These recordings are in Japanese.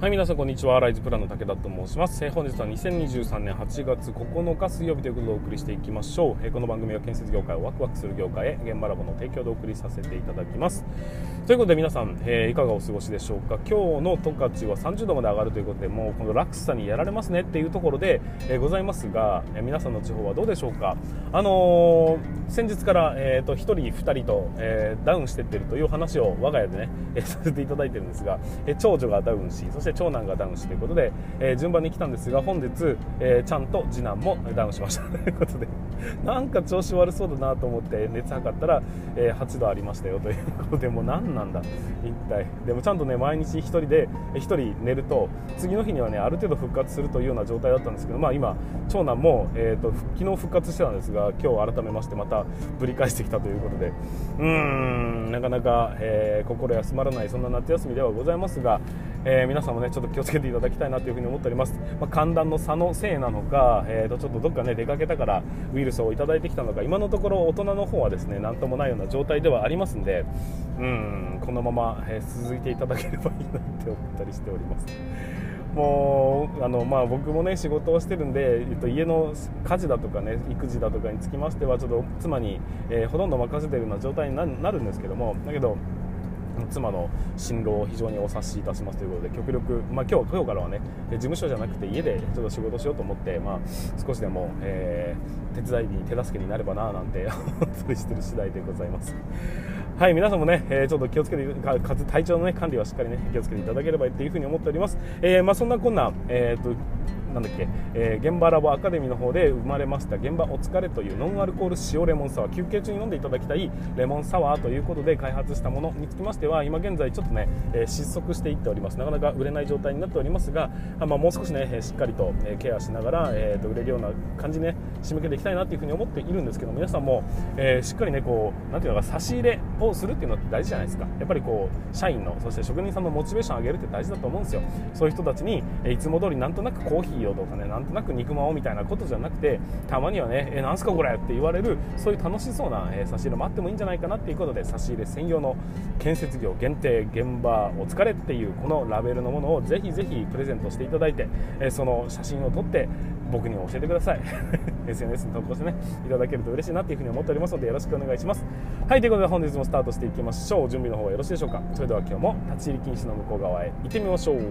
はい、皆さんこんにちは。ライズプランの武田と申します。本日は2023年8月9日水曜日ということでお送りしていきましょう。この番組は建設業界をワクワクする業界へ現場ラボの提供でお送りさせていただきます。ということで皆さん、いかがお過ごしでしょうか。今日の十勝は30度まで上がるということで、もうこの落差にやられますねっていうところで、ございますが、皆さんの地方はどうでしょうか。先日から、1人2人と、ダウンしてってるという話を我が家でね、させていただいてるんですが、長女がダウンし、そして長男がダウンしということで、順番に来たんですが、本日、ちゃんと次男もダウンしましたということで、なんか調子悪そうだなと思って熱測ったら、8度ありましたよということで、もう何なんだ一体。でもちゃんとね、毎日1人で1人寝ると次の日にはね、ある程度復活するというような状態だったんですけど、今長男も、昨日復活してたんですが、今日改めましてまたぶり返してきたということで、なかなか、心休まらないそんな夏休みではございますが、皆さんもねちょっと気をつけていただきたいなというふうに思っております。寒暖の差のせいなのか、ちょっとどっかね出かけたからウイルスをいただいてきたのか、今のところ大人の方はですね何ともないような状態ではありますんで、このまま、続いていただければいいなって思ったりしております。もう僕もね仕事をしてるんで、家の家事だとかね育児だとかにつきましてはちょっと妻に、ほとんど任せているような状態になるんですけども、だけど妻の進路を非常にお察しいたしますということで、極力、今日からはね事務所じゃなくて家でちょっと仕事しようと思って、少しでも、手伝いに手助けになればななんて思ったりしてる次第でございます。はい、皆さんもね、ちょっと気をつけて体調の、ね、管理はしっかりね気をつけていただければというふうに思っております。そんなこんな、現場ラボアカデミーの方で生まれました現場お疲れというノンアルコール塩レモンサワー、休憩中に飲んでいただきたいレモンサワーということで開発したものにつきましては、今現在ちょっとね、失速していっております。なかなか売れない状態になっておりますが、もう少しねしっかりとケアしながら、売れるような感じにね仕向けていきたいなというふうに思っているんですけど、皆さんも、しっかりねこうなんていうのか差し入れをするっていうのって大事じゃないですか。やっぱりこう社員のそして職人さんのモチベーションを上げるって大事だと思うんですよ。そういう人たちにいつも通りなんとなくコーヒーをとかね、なんとなく肉まんをみたいなことじゃなくて、たまにはねなんすかこれって言われる、そういう楽しそうな、差し入れもあってもいいんじゃないかなっていうことで、差し入れ専用の建設業限定現場お疲れっていうこのラベルのものをぜひぜひプレゼントしていただいて、その写真を撮って僕に教えてくださいSNS に投稿してねいただけると嬉しいなというふうに思っておりますので、よろしくお願いします。はい、ということで本日もスタートしていきましょう。準備の方はよろしいでしょうか。それでは今日も立ち入り禁止の向こう側へ行ってみましょう。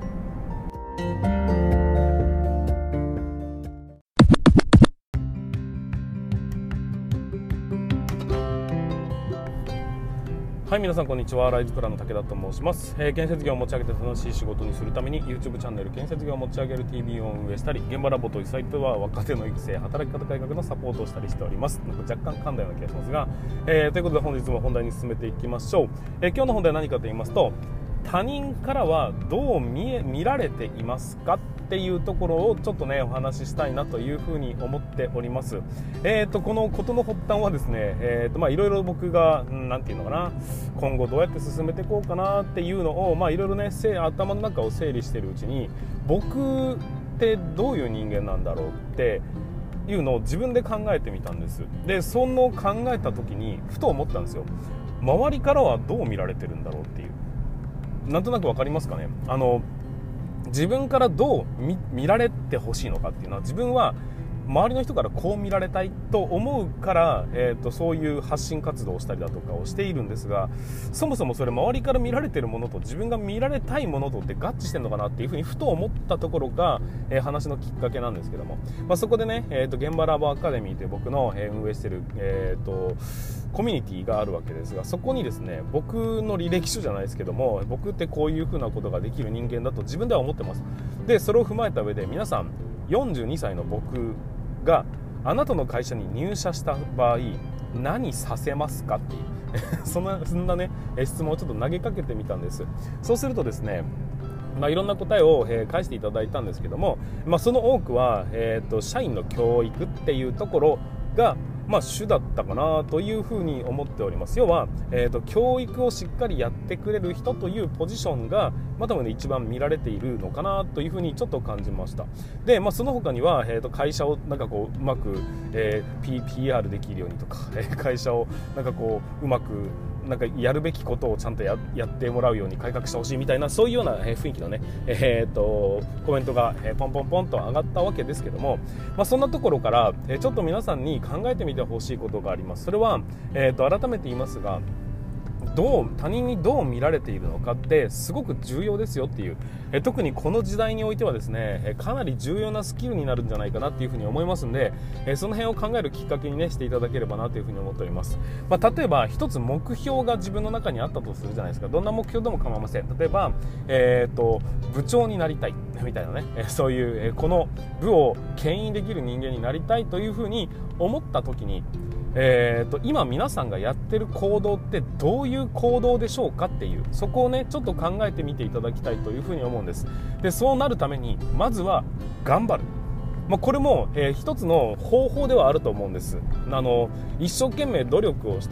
はい、皆さんこんにちは。ライズプランの武田と申します。建設業を持ち上げて楽しい仕事にするために YouTube チャンネル建設業を持ち上げる TV を運営したり、現場ラボというサイトは若手の育成、働き方改革のサポートをしたりしております。なんか若干噛んだような気がしますが、ということで本日も本題に進めていきましょう。今日の本題は何かと言いますと、他人からはどう見られていますかっていうところをちょっとねお話ししたいなというふうに思っております。このことの発端はですね、いろいろ僕がなんていうのかな、今後どうやって進めていこうかなっていうのをいろいろね頭の中を整理しているうちに、僕ってどういう人間なんだろうっていうのを自分で考えてみたんです。でその考えた時にふと思ったんですよ。周りからはどう見られてるんだろうっていう、なんとなく分かりますかね。自分からどう 見られてほしいのかっていうのは、自分は周りの人からこう見られたいと思うから、そういう発信活動をしたりだとかをしているんですが、そもそもそれ周りから見られているものと自分が見られたいものとって合致してるのかなっていうふうにふと思ったところが、話のきっかけなんですけども、そこでね、現場ラボアカデミーという僕の、運営している、コミュニティがあるわけですが、そこにですね僕の履歴書じゃないですけども、僕ってこういうふうなことができる人間だと自分では思ってます。でそれを踏まえた上で、皆さん42歳の僕があなたの会社に入社した場合何させますかっていうそんなね質問をちょっと投げかけてみたんです。そうするとですね、いろんな答えを返していただいたんですけども、その多くは、社員の教育っていうところが主だったかなというふうに思っております。要は、教育をしっかりやってくれる人というポジションが多分ね一番見られているのかなというふうにちょっと感じました。で、その他には、会社をなんかこううまく、PR できるようにとか、会社をなんかこううまくなんかやるべきことをちゃんと やってもらうように改革してほしいみたいな、そういうような雰囲気のね、コメントがポンポンポンと上がったわけですけども、そんなところからちょっと皆さんに考えてみてほしいことがあります。それは、改めて言いますが、他人にどう見られているのかってすごく重要ですよっていう、特にこの時代においてはですね、かなり重要なスキルになるんじゃないかなっていうふうに思いますんで、その辺を考えるきっかけにねしていただければなというふうに思っております。例えば一つ目標が自分の中にあったとするじゃないですか。どんな目標でも構いません。例えば、部長になりたいみたいなね、そういう、この部を牽引できる人間になりたいというふうに思った時に、今皆さんがやってる行動ってどういう行動でしょうかっていう、そこをねちょっと考えてみていただきたいというふうに思うんです。でそうなるためにまずは頑張る、これも、一つの方法ではあると思うんです。一生懸命努力をして、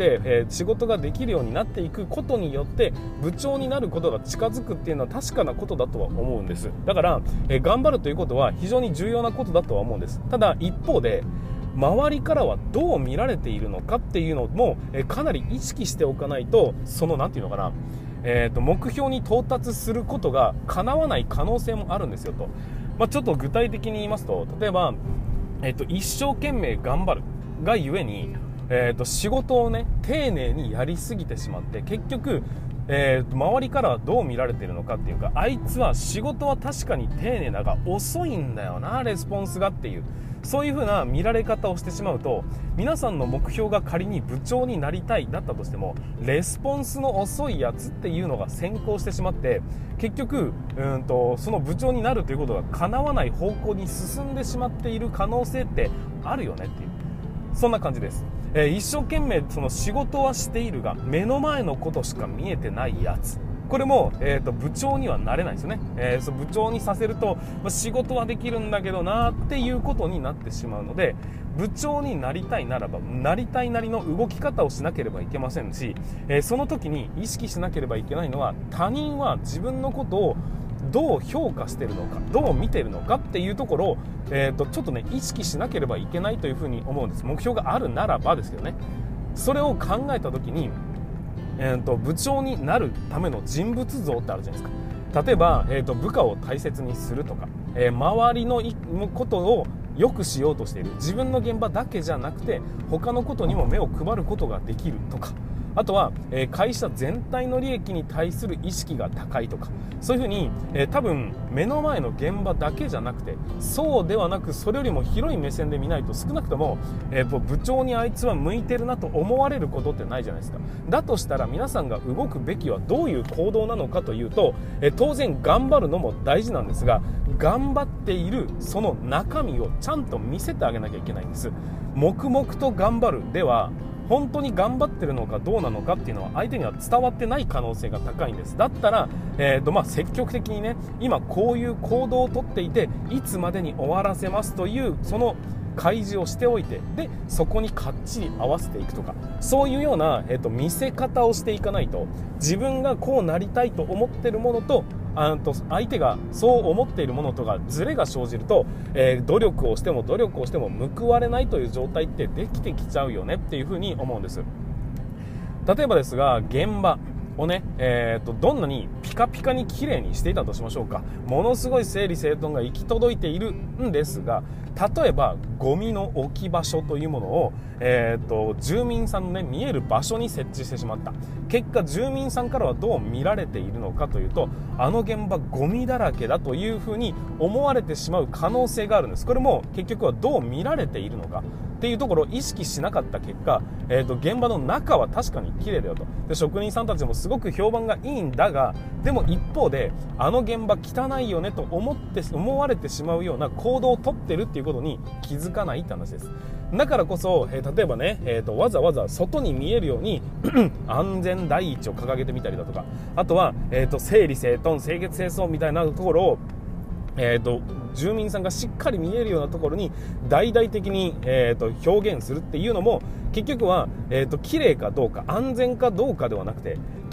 仕事ができるようになっていくことによって部長になることが近づくっていうのは確かなことだとは思うんです。だから、頑張るということは非常に重要なことだとは思うんです。ただ一方で周りからはどう見られているのかっていうのも、かなり意識しておかないと、そのなんていうのかな、目標に到達することが叶わない可能性もあるんですよと。ちょっと具体的に言いますと、例えば、一生懸命頑張るがゆえに、仕事をね丁寧にやりすぎてしまって、結局周りからはどう見られているのかっていうか、あいつは仕事は確かに丁寧だが遅いんだよな、レスポンスがっていう、そういう風な見られ方をしてしまうと、皆さんの目標が仮に部長になりたいだったとしても、レスポンスの遅いやつっていうのが先行してしまって、結局その部長になるということが叶わない方向に進んでしまっている可能性ってあるよねっていう、そんな感じです。一生懸命その仕事はしているが目の前のことしか見えてないやつ、これも、部長にはなれないですよね。部長にさせると、仕事はできるんだけどなっていうことになってしまうので、部長になりたいならばなりたいなりの動き方をしなければいけませんし、その時に意識しなければいけないのは、他人は自分のことをどう評価しているのか、どう見ているのかっていうところを、ちょっとね意識しなければいけないというふうに思うんです。目標があるならばですけどね。それを考えた時に、部長になるための人物像ってあるじゃないですか。例えば、部下を大切にするとか、周りのことを良くしようとしている、自分の現場だけじゃなくて他のことにも目を配ることができるとか、あとは、会社全体の利益に対する意識が高いとか、そういうふうに、多分目の前の現場だけじゃなくて、そうではなくそれよりも広い目線で見ないと、少なくとも、部長にあいつは向いてるなと思われることってないじゃないですか。だとしたら皆さんが動くべきはどういう行動なのかというと、当然頑張るのも大事なんですが、頑張っているその中身をちゃんと見せてあげなきゃいけないんです。黙々と頑張るでは本当に頑張ってるのかどうなのかっていうのは相手には伝わってない可能性が高いんです。だったら、積極的にね、今こういう行動をとっていていつまでに終わらせますというその開示をしておいて、でそこにかっちり合わせていくとか、そういうような、見せ方をしていかないと、自分がこうなりたいと思ってるものと相手がそう思っているものとがズレが生じると、努力をしても報われないという状態ってできてきちゃうよねっていうふうに思うんです。例えばですが、現場をね、どんなにピカピカに綺麗にしていたとしましょうか。ものすごい整理整頓が行き届いているんですが、例えばゴミの置き場所というものを、住民さんのね見える場所に設置してしまった結果、住民さんからはどう見られているのかというと、あの現場ゴミだらけだというふうに思われてしまう可能性があるんです。これも結局はどう見られているのかっていうところを意識しなかった結果、現場の中は確かに綺麗だよと。で職人さんたちもすごく評判がいいんだが、でも一方であの現場汚いよねと思われてしまうような行動をとってるっていうことに気づかないって話です。だからこそ、例えばね、わざわざ外に見えるように安全第一を掲げてみたりだとか、あとは、整理整頓清潔清掃みたいなところを住民さんがしっかり見えるようなところに大々的に、表現するっていうのも結局は、綺麗かどうか安全かどうかではなくて、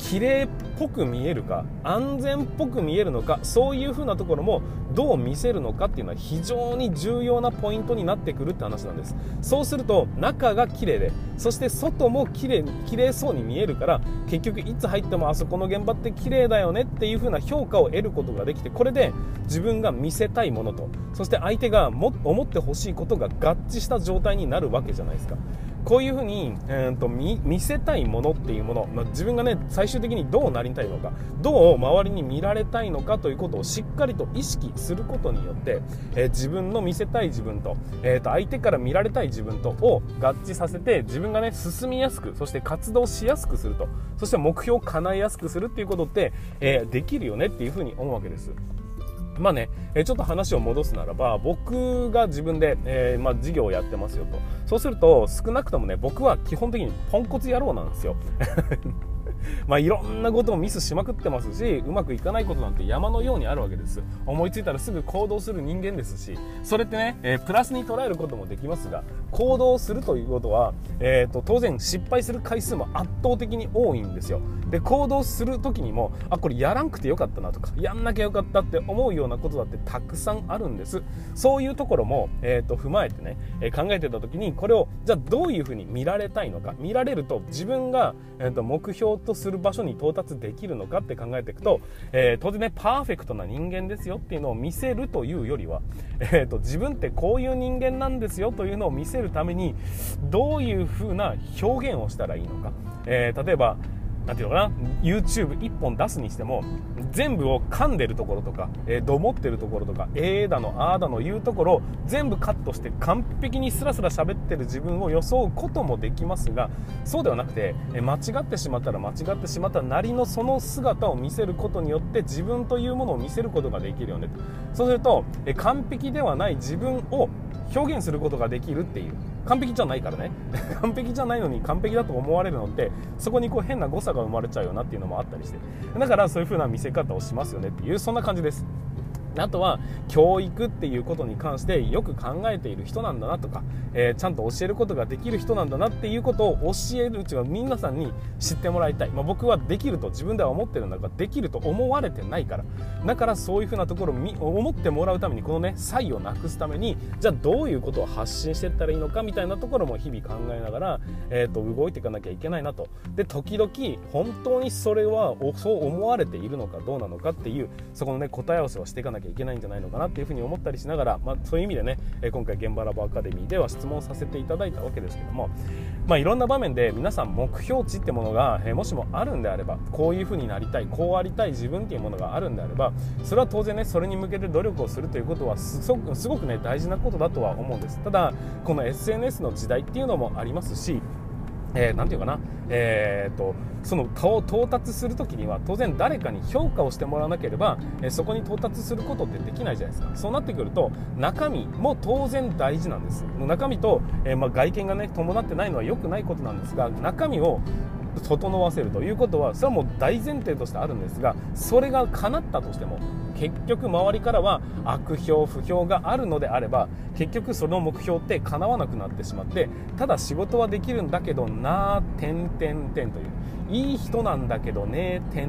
綺麗っぽく見えるか安全っぽく見えるのか、そういう風なところもどう見せるのかっていうのは非常に重要なポイントになってくるって話なんです。そうすると中が綺麗で、そして外も綺麗そうに見えるから、結局いつ入ってもあそこの現場って綺麗だよねっていう風な評価を得ることができて、これで自分が見せたいものと、そして相手が思ってほしいことが合致した状態になるわけじゃないですか。こういうふうに、見せたいものっていうもの、自分がね最終的にどうなりたいのか、どう周りに見られたいのかということをしっかりと意識することによって、自分の見せたい自分と、相手から見られたい自分とを合致させて、自分がね進みやすく、そして活動しやすくすると、そして目標を叶えやすくするっていうことって、できるよねっていうふうに思うわけです。ちょっと話を戻すならば、僕が自分で、事業をやってますよと。そうすると少なくともね、僕は基本的にポンコツ野郎なんですよいろんなことをミスしまくってますし、うまくいかないことなんて山のようにあるわけです。思いついたらすぐ行動する人間ですし、それってね、プラスに捉えることもできますが、行動するということは、当然失敗する回数も圧倒的に多いんですよ。で、行動する時にも、これやらんくてよかったなとか、やんなきゃよかったって思うようなことだってたくさんあるんです。そういうところも、踏まえてね、考えてた時に、これをじゃあどういうふうに見られたいのか、見られると自分が、目標とする場所に到達できるのかって考えていくと、当然ねパーフェクトな人間ですよっていうのを見せるというよりは、自分ってこういう人間なんですよというのを見せるためにどういう風な表現をしたらいいのか、例えばなんていうのかな、 YouTube1 本出すにしても全部を噛んでるところとか、どもってるところとか、だのあーだの言うところを全部カットして完璧にスラスラ喋ってる自分を装うこともできますが、そうではなくて、間違ってしまったら間違ってしまったなりのその姿を見せることによって自分というものを見せることができるよね。そうすると、完璧ではない自分を表現することができるっていう、完璧じゃないからね完璧じゃないのに完璧だと思われるのって、そこにこう変な誤差が生まれちゃうよなっていうのもあったりして、だからそういう風な見せ方をしますよねっていう、そんな感じです。あとは教育っていうことに関してよく考えている人なんだなとか、ちゃんと教えることができる人なんだなっていうことを教えるうちは皆さんに知ってもらいたい、僕はできると自分では思ってるんだが、できると思われてないから、だからそういうふうなところを思ってもらうために、このね差異をなくすために、じゃあどういうことを発信していったらいいのかみたいなところも日々考えながら、動いていかなきゃいけないなと。で、時々本当にそれはそう思われているのかどうなのかっていう、そこのね答え合わせをしていかなきゃいけないんじゃないのかなっていうふうに思ったりしながら、そういう意味でね、今回現場ラボアカデミーでは質問させていただいたわけですけども、いろんな場面で皆さん目標値ってものが、もしもあるんであれば、こういうふうになりたい、こうありたい自分っていうものがあるんであれば、それは当然ねそれに向けて努力をするということはすごくね大事なことだとは思うんです。ただこの SNS の時代っていうのもありますし、なんていうかな、その顔を到達するときには当然誰かに評価をしてもらわなければ、そこに到達することってできないじゃないですか。そうなってくると中身も当然大事なんです。中身と、外見がね伴ってないのは良くないことなんですが、中身を整わせるということはそれはもう大前提としてあるんですが、それが叶ったとしても結局周りからは悪評不評があるのであれば、結局その目標って叶わなくなってしまって、ただ仕事はできるんだけどなーという、いい人なんだけどねっていう、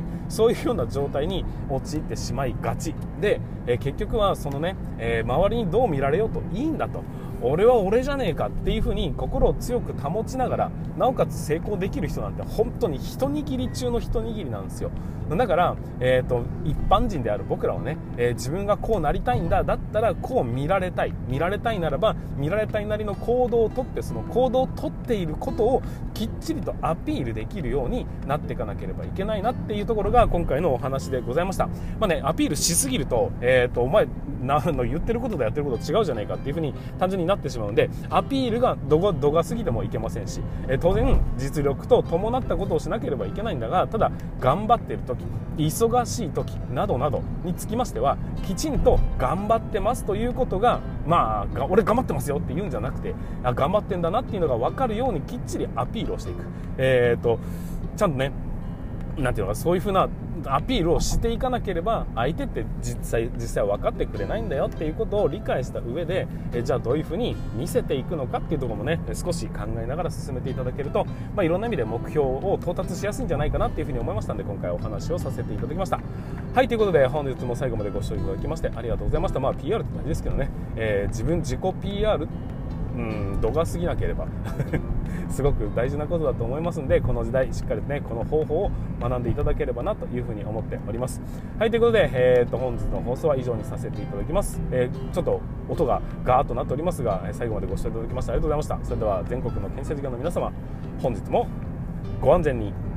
そういうような状態に陥ってしまいがちで、結局はそのね、周りにどう見られようといいんだと、俺は俺じゃねえかっていう風に心を強く保ちながら、なおかつ成功できる人なんて本当に一握り中の一握りなんですよ。だから、一般人である僕らはね、自分がこうなりたいんだ、だったらこう見られたいならば見られたいなりの行動をとって、その行動をとっていることをきっちりとアピールできるようになっていかなければいけないなっていうところが今回のお話でございました。アピールしすぎると、お前言ってることとやってること違うじゃないかっていう風に単純になってしまうので、アピールが度が過ぎてもいけませんし、当然実力と伴ったことをしなければいけないんだが、ただ頑張っている時、忙しい時などなどにつきましては、きちんと頑張ってますということが、俺頑張ってますよって言うんじゃなくて、頑張ってんだなっていうのが分かるようにきっちりアピールをしていく、ちゃんとね、なんていうのか、そういう風なアピールをしていかなければ相手って実際は分かってくれないんだよっていうことを理解した上で、じゃあどういうふうに見せていくのかっていうところもね少し考えながら進めていただけると、いろんな意味で目標を到達しやすいんじゃないかなっていうふうに思いましたので、今回お話をさせていただきました。はい、ということで本日も最後までご視聴いただきましてありがとうございました。PR って感じですけどね、自己 PR度が過ぎなければすごく大事なことだと思いますので、この時代しっかりねこの方法を学んでいただければなというふうに思っております。はい、ということで、本日の放送は以上にさせていただきます。ちょっと音がガーッとなっておりますが、最後までご視聴いただきましてありがとうございました。それでは全国の建設業の皆様、本日もご安全に。